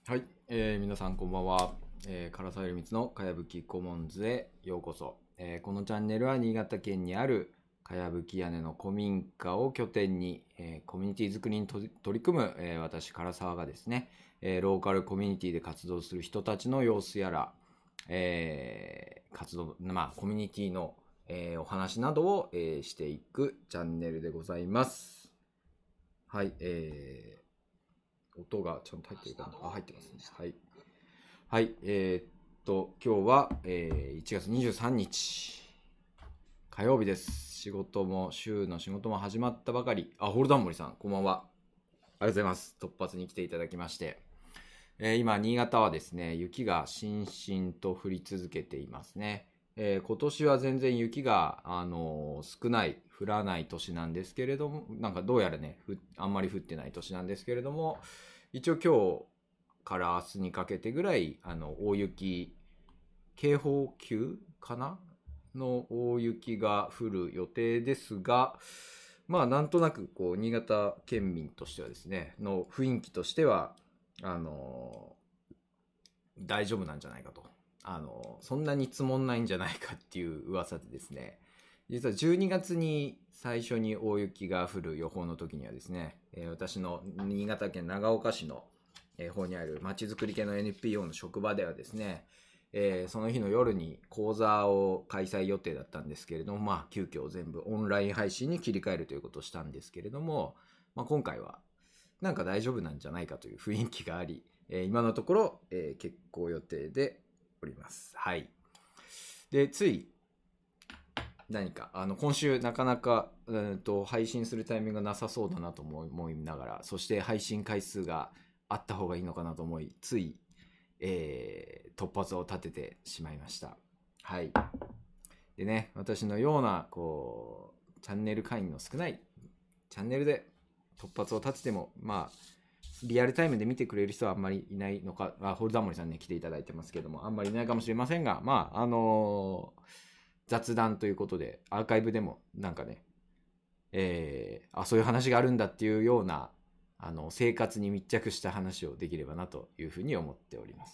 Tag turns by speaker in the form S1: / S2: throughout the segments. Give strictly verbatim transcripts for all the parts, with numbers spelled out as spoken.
S1: はい、えー皆さんこんばんは。えー、唐沢由光のかやぶきコモンズへようこそ。えーこのチャンネルは新潟県にあるかやぶき屋根の古民家を拠点に、えーコミュニティ作りにと取り組む、えー私唐沢がですね、えーローカルコミュニティで活動する人たちの様子やら、えー活動、まあコミュニティの、えーお話などを、えーしていくチャンネルでございます。はい、えー音がちゃんと入ってるかなあ、入ってますね。はい。はい、えー、っと、今日は、えー、いちがつにじゅうさんにち、火曜日です。仕事も、週の仕事も始まったばかり。あ、ホルダンモリさん、こんばんは。ありがとうございます。突発に来ていただきまして。えー、今、新潟はですね、雪がしんしんと降り続けていますね。えー、今年は全然雪が、あのー少ない、降らない年なんですけれども、なんかどうやらね、あんまり降ってない年なんですけれども、一応今日から明日にかけてぐらい、あの、大雪、警報級かなの大雪が降る予定ですが、まあなんとなくこう新潟県民としてはですねの雰囲気としてはあの大丈夫なんじゃないかと、あのそんなに積もんないんじゃないかっていう噂でですね、実はじゅうにがつに最初に大雪が降る予報の時にはですね、えー私の新潟県長岡市のえー方にあるまちづくり系の エヌピーオー の職場ではですね、えーその日の夜に講座を開催予定だったんですけれども、まあ急遽全部オンライン配信に切り替えるということをしたんですけれども、まあ、今回はなんか大丈夫なんじゃないかという雰囲気があり、えー今のところ、えー決行予定でおります。はい。で、つい何かあの今週なかなか、えー、と配信するタイミングがなさそうだなと思いながら、そして配信回数があった方がいいのかなと思い、つい、えー突発を立ててしまいました。はい。でね、私のようなこうチャンネル会員の少ないチャンネルで突発を立てても、まあリアルタイムで見てくれる人はあんまりいないのか、あホルダーモリさんね来ていただいてますけども、あんまりいないかもしれませんが、まああのー雑談ということでアーカイブでもなんかね、えー、あそういう話があるんだっていうようなあの生活に密着した話をできればなというふうに思っております。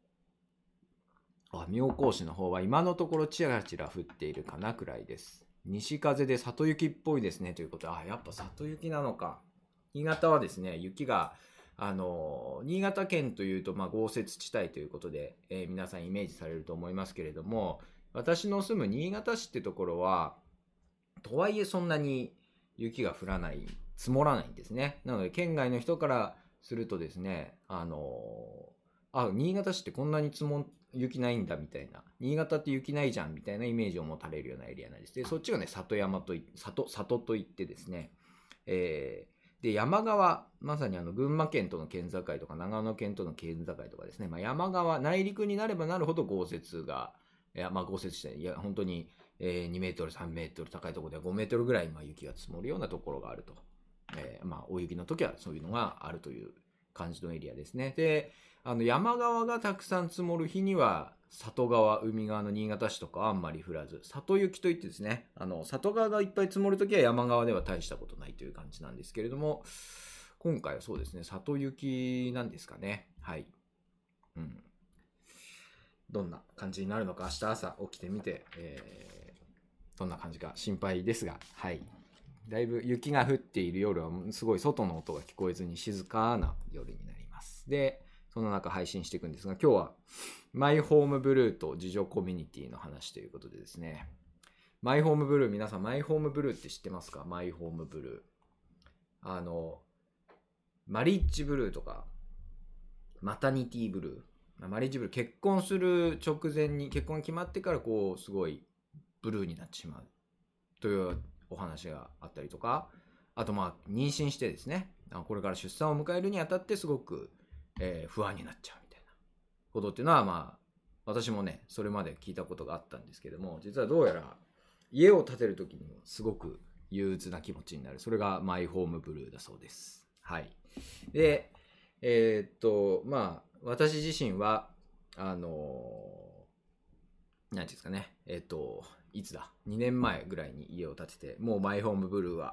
S1: あ妙高市の方は今のところちらちら降っているかなくらいです。西風で里雪っぽいですねということで、あやっぱ里雪なのか。新潟はですね雪があの新潟県というと、まあ、豪雪地帯ということで、えー皆さんイメージされると思いますけれども、私の住む新潟市ってところはとはいえそんなに雪が降らない、積もらないんですね。なので県外の人からするとですね、あのあ新潟市ってこんなに積も雪ないんだみたいな、新潟って雪ないじゃんみたいなイメージを持たれるようなエリアなんです。でそっちがね里山と里里といってですね、えーで山側、まさにあの群馬県との県境とか長野県との県境とかですね、まあ、山側内陸になればなるほど豪雪が、いやまあ豪雪地帯、いや本当にえー、にメートル、さんメートル、高いところではごメートルぐらい、まあ、雪が積もるようなところがあると。えーまあ、大雪の時はそういうのがあるという感じのエリアですね。で、あの山側がたくさん積もる日には、里側、海側の新潟市とかはあんまり降らず、里雪といってですね、あの里側がいっぱい積もるときは山側では大したことないという感じなんですけれども、今回はそうですね、里雪なんですかね。はい。うん。どんな感じになるのか、明日朝起きてみて、えーどんな感じか心配ですが、はい。だいぶ雪が降っている夜はすごい外の音が聞こえずに静かな夜になります。で、その中配信していくんですが、今日はマイホームブルーと自助コミュニティの話ということでですね、マイホームブルー、皆さんマイホームブルーって知ってますか？マイホームブルー。あの、マリッジブルーとか、マタニティブルー。マリッジブルー、結婚する直前に、結婚決まってからこう、すごいブルーになってしまうというお話があったりとか、あとまあ妊娠してですね、これから出産を迎えるにあたってすごく、えー不安になっちゃうみたいなことっていうのは、まあ私もねそれまで聞いたことがあったんですけども、実はどうやら家を建てる時にもすごく憂鬱な気持ちになる、それがマイホームブルーだそうです。はい。でえーっとまあ私自身はあの何ていうんですかね、えっといつだにねんまえぐらいに家を建てて、もうマイホームブルーは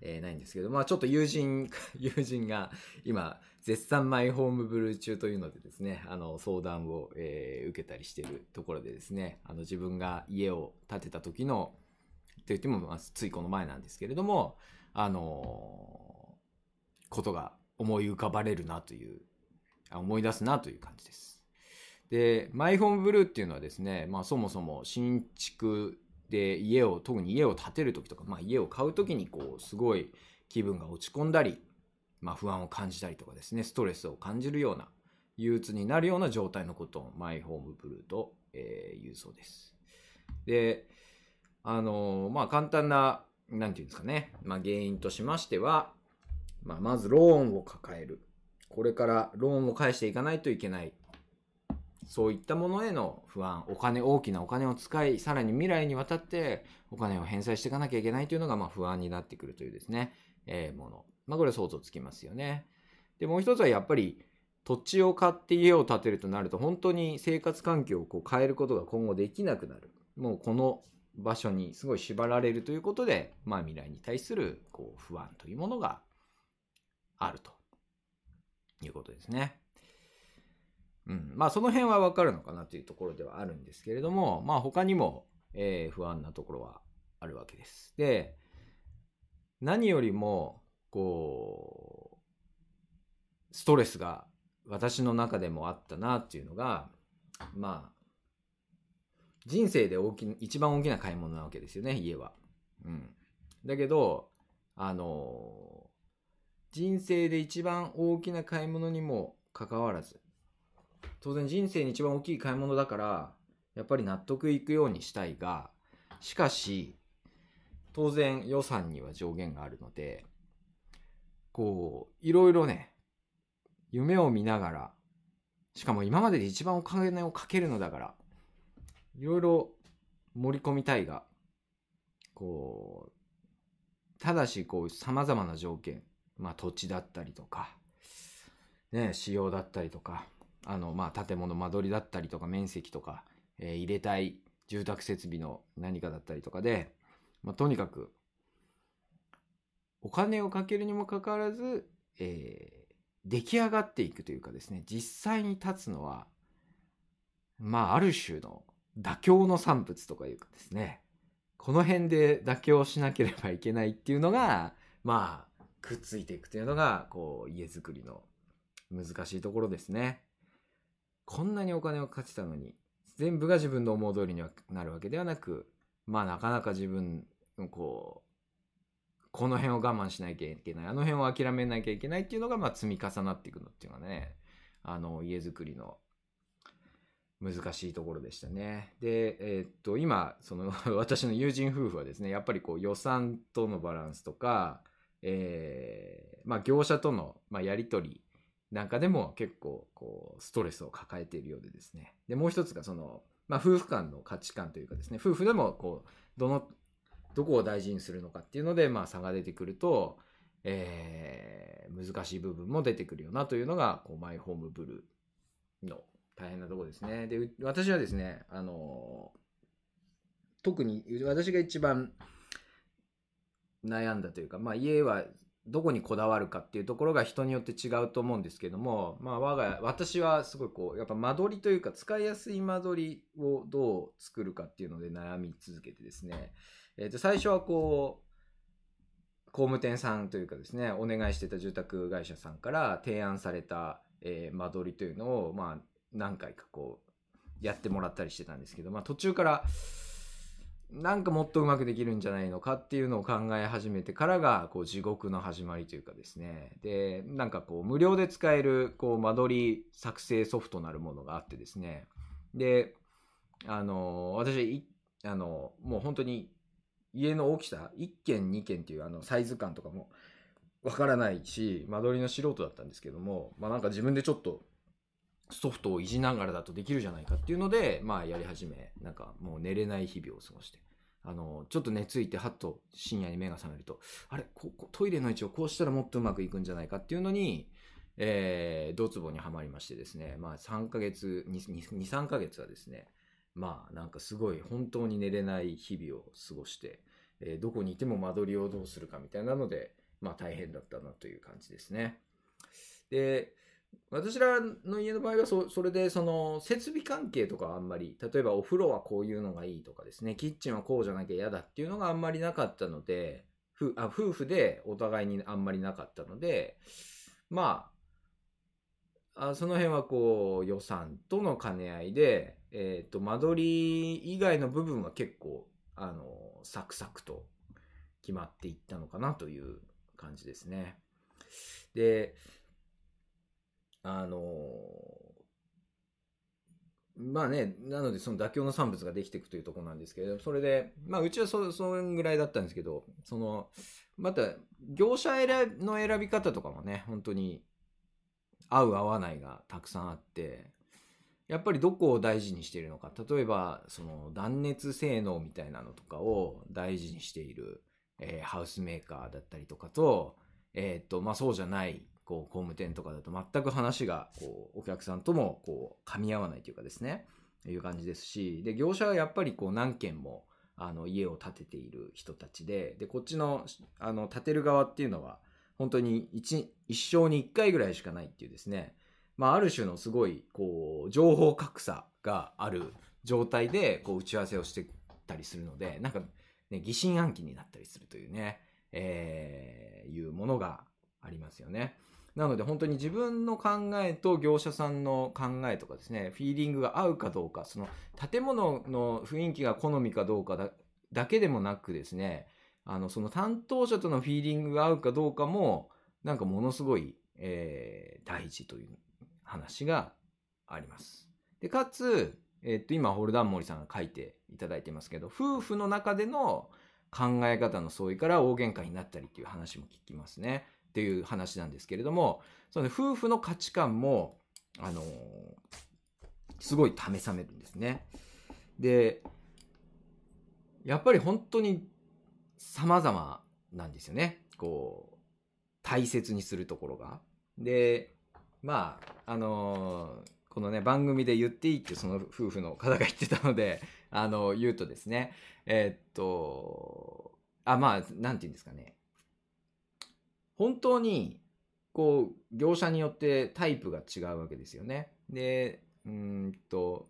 S1: えーないんですけど、まあちょっと友人、友人が今、絶賛マイホームブルー中というのでですね、あの、相談を、えー受けたりしているところでですね、あの、自分が家を建てた時の、と言っても、まあ、ついこの前なんですけれども、あのーことが思い浮かばれるなという、思い出すなという感じです。で、マイホームブルーっていうのはですね、まあそもそも新築で家を、特に家を建てるときとか、まあ家を買うときにこう、すごい気分が落ち込んだり、まあ不安を感じたりとかですね、ストレスを感じるような、憂鬱になるような状態のことをマイホームブルーと、えー言うそうです。で、あのーまあ簡単な、なんていうんですかね、まあ原因としましては、まあまずローンを抱える。これからローンを返していかないといけない。そういったものへの不安、お金、大きなお金を使い、さらに未来にわたってお金を返済していかなきゃいけないというのが、まあ不安になってくるというですね、えー、もの。まあこれ想像つきますよね。で、もう一つはやっぱり、土地を買って家を建てるとなると、本当に生活環境をこう変えることが今後できなくなる。もうこの場所にすごい縛られるということで、まあ未来に対するこう不安というものがあるということですね。うん、まあその辺はわかるのかなというところではあるんですけれども、まあ他にも、えー不安なところはあるわけです。で、何よりも、こう、ストレスが私の中でもあったなっていうのが、まあ、人生で大き一番大きな買い物なわけですよね、家は。うん。だけど、あの人生で一番大きな買い物にもかかわらず、当然人生に一番大きい買い物だからやっぱり納得いくようにしたいが、しかし当然予算には上限があるので、こういろいろね、夢を見ながら、しかも今までで一番お金をかけるのだからいろいろ盛り込みたいが、こうただしこう様々な条件、まあ土地だったりとかね、仕様だったりとか、あの、まあ、建物間取りだったりとか、面積とか、えー入れたい住宅設備の何かだったりとかで、まあ、とにかく、お金をかけるにもかかわらず、えー出来上がっていくというかですね、実際に立つのは、まあ、ある種の妥協の産物とかいうかですね、この辺で妥協しなければいけないっていうのが、まあ、くっついていくというのが、こう、家づくりの難しいところですね。こんなにお金をかけてたのに、全部が自分の思う通りにはなるわけではなく、まあなかなか自分のこう、この辺を我慢しなきゃいけない、あの辺を諦めなきゃいけないっていうのが、まあ積み重なっていくのっていうのはね、あの、家づくりの難しいところでしたね。で、えーっと、今、その私の友人夫婦はですね、やっぱりこう予算とのバランスとか、えーまあ業者との、まあ、やり取りなんかでも結構こうストレスを抱えているようでですね。で、もう一つがその、まあ夫婦間の価値観というかですね、夫婦でもこう、どの、どこを大事にするのかっていうので、まあ差が出てくると、えー難しい部分も出てくるよなというのが、こう、マイホームブルーの大変なところですね。で、私はですね、あの、特に私が一番悩んだというか、まあ家はどこにこだわるかっていうところが人によって違うと思うんですけども、まあ我が家、私はすごいこう、やっぱ間取りというか使いやすい間取りをどう作るかっていうので悩み続けてですね、えっと最初はこう、工務店さんというかですね、お願いしてた住宅会社さんから提案された、えー間取りというのを、まあ何回かこう、やってもらったりしてたんですけど、まあ途中から、なんかもっとうまくできるんじゃないのかっていうのを考え始めてからがこう地獄の始まりというかですね。で、なんかこう無料で使えるこう間取り作成ソフトなるものがあってですね。で、あの、私、あの、もう本当に家の大きさ、いっけんにけんっていうあのサイズ感とかもわからないし、間取りの素人だったんですけども、まあなんか自分でちょっとソフトをいじながらだとできるじゃないかっていうので、まあやり始め、なんかもう寝れない日々を過ごして、あの、ちょっと寝ついてはっと深夜に目が覚めると、あれここトイレの位置をこうしたらもっとうまくいくんじゃないかっていうのに、えー、ドツボにはまりましてですね、まあさんかげつ、に、さんかげつはですね、まあなんかすごい本当に寝れない日々を過ごして、 えーどこにいても間取りをどうするかみたいなので、まあ大変だったなという感じですね。で、私らの家の場合はそそれでその設備関係とかはあんまり、例えばお風呂はこういうのがいいとかですね、キッチンはこうじゃなきゃ嫌だっていうのがあんまりなかったので、ふあ夫婦でお互いにあんまりなかったので、まあ、あその辺はこう予算との兼ね合いで、えっと、間取り以外の部分は結構、あの、サクサクと決まっていったのかなという感じですね。で、あのまあね、なのでその妥協の産物ができていくというところなんですけれど、それで、まあうちはそ、そのぐらいだったんですけど、その、また、業者選びの選び方とかもね、本当に合う合わないがたくさんあって、やっぱりどこを大事にしているのか、例えば、その断熱性能みたいなのとかを大事にしている、えーハウスメーカーだったりとかと、えーっと、まあそうじゃない、こう、工務店とかだと全く話が、こう、お客さんとも、こう、噛み合わないというかですね、いう感じですし、で、業者はやっぱりこう何軒も、あの、家を建てている人たちで、で、こっちの、あの、建てる側っていうのは、本当に一、一生に一回ぐらいしかないっていうですね、まあ、ある種のすごい、こう、情報格差がある状態で、こう、打ち合わせをしてたりするので、なんか、ね、疑心暗鬼になったりするというね、えー、いうものがありますよね。なので本当に自分の考えと業者さんの考えとかですね、フィーリングが合うかどうか、その建物の雰囲気が好みかどうかだだけでもなくですね、あの、その担当者とのフィーリングが合うかどうかも、なんかものすごい、えー、大事という話があります。で、かつ、えっと、今、ホルダンモリさんが書いていただいてますけど、夫婦の中での考え方の相違から大喧嘩になったりっていう話も聞きますね。っていう話なんですけれども、その夫婦の価値観も、あのーすごい試されるんですね。で、やっぱり本当に様々なんですよね。こう、大切にするところが。で、まあ、あのーこのね、番組で言っていいってその夫婦の方が言ってたので、あの、言うとですね、えーっと、あ、まあ、なんて言うんですかね。本当に、こう、業者によってタイプが違うわけですよね。で、うーんと、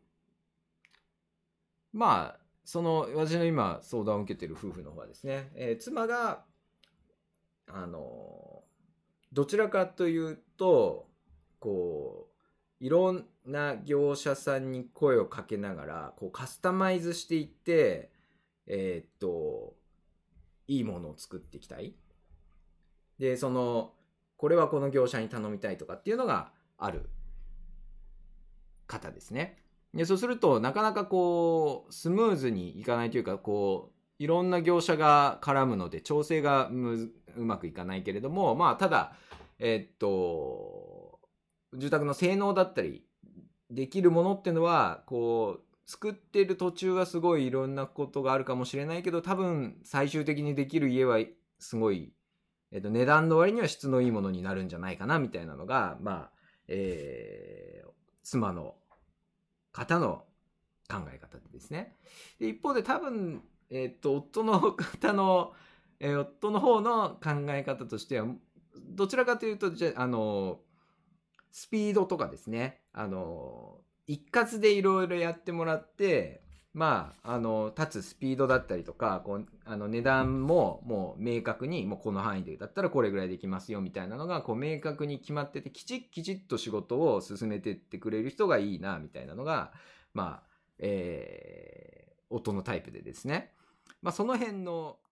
S1: まあ、その、私の今相談を受けている夫婦の方はですね、えー妻が、あの、どちらかというと、こう、いろんな業者さんに声をかけながら、こう、カスタマイズしていって、えーっと、いいものを作っていきたい。で、その、これはこの業者に頼みたいとかっていうのがある方ですね。で、そうすると、なかなかこう、スムーズにいかないというか、こう、いろんな業者が絡むので、調整がむうまくいかないけれども、まあ、ただ、えっと、住宅の性能だったり、できるものっていうのは、こう、作ってる途中はすごいいろんなことがあるかもしれないけど、多分最終的にできる家はすごい、えっと、値段の割には質のいいものになるんじゃないかな、みたいなのが、まあ、えー、妻の方の考え方ですね。で一方で多分、えっと、夫の方の、えー夫の方の考え方としては、どちらかというと、じゃあの、スピードとかですね、あの、一括でいろいろやってもらって、まあ、あの、立つスピードだったりとか、こう、あの、値段ももう明確に、もうこの範囲でだったらこれぐらいできますよみたいなのが、こう、明確に決まってて、きちっきちっと仕事を進めてってくれる人がいいな、みたいなのが、まあ、えー、夫のタイプでですね。まあ、その辺の、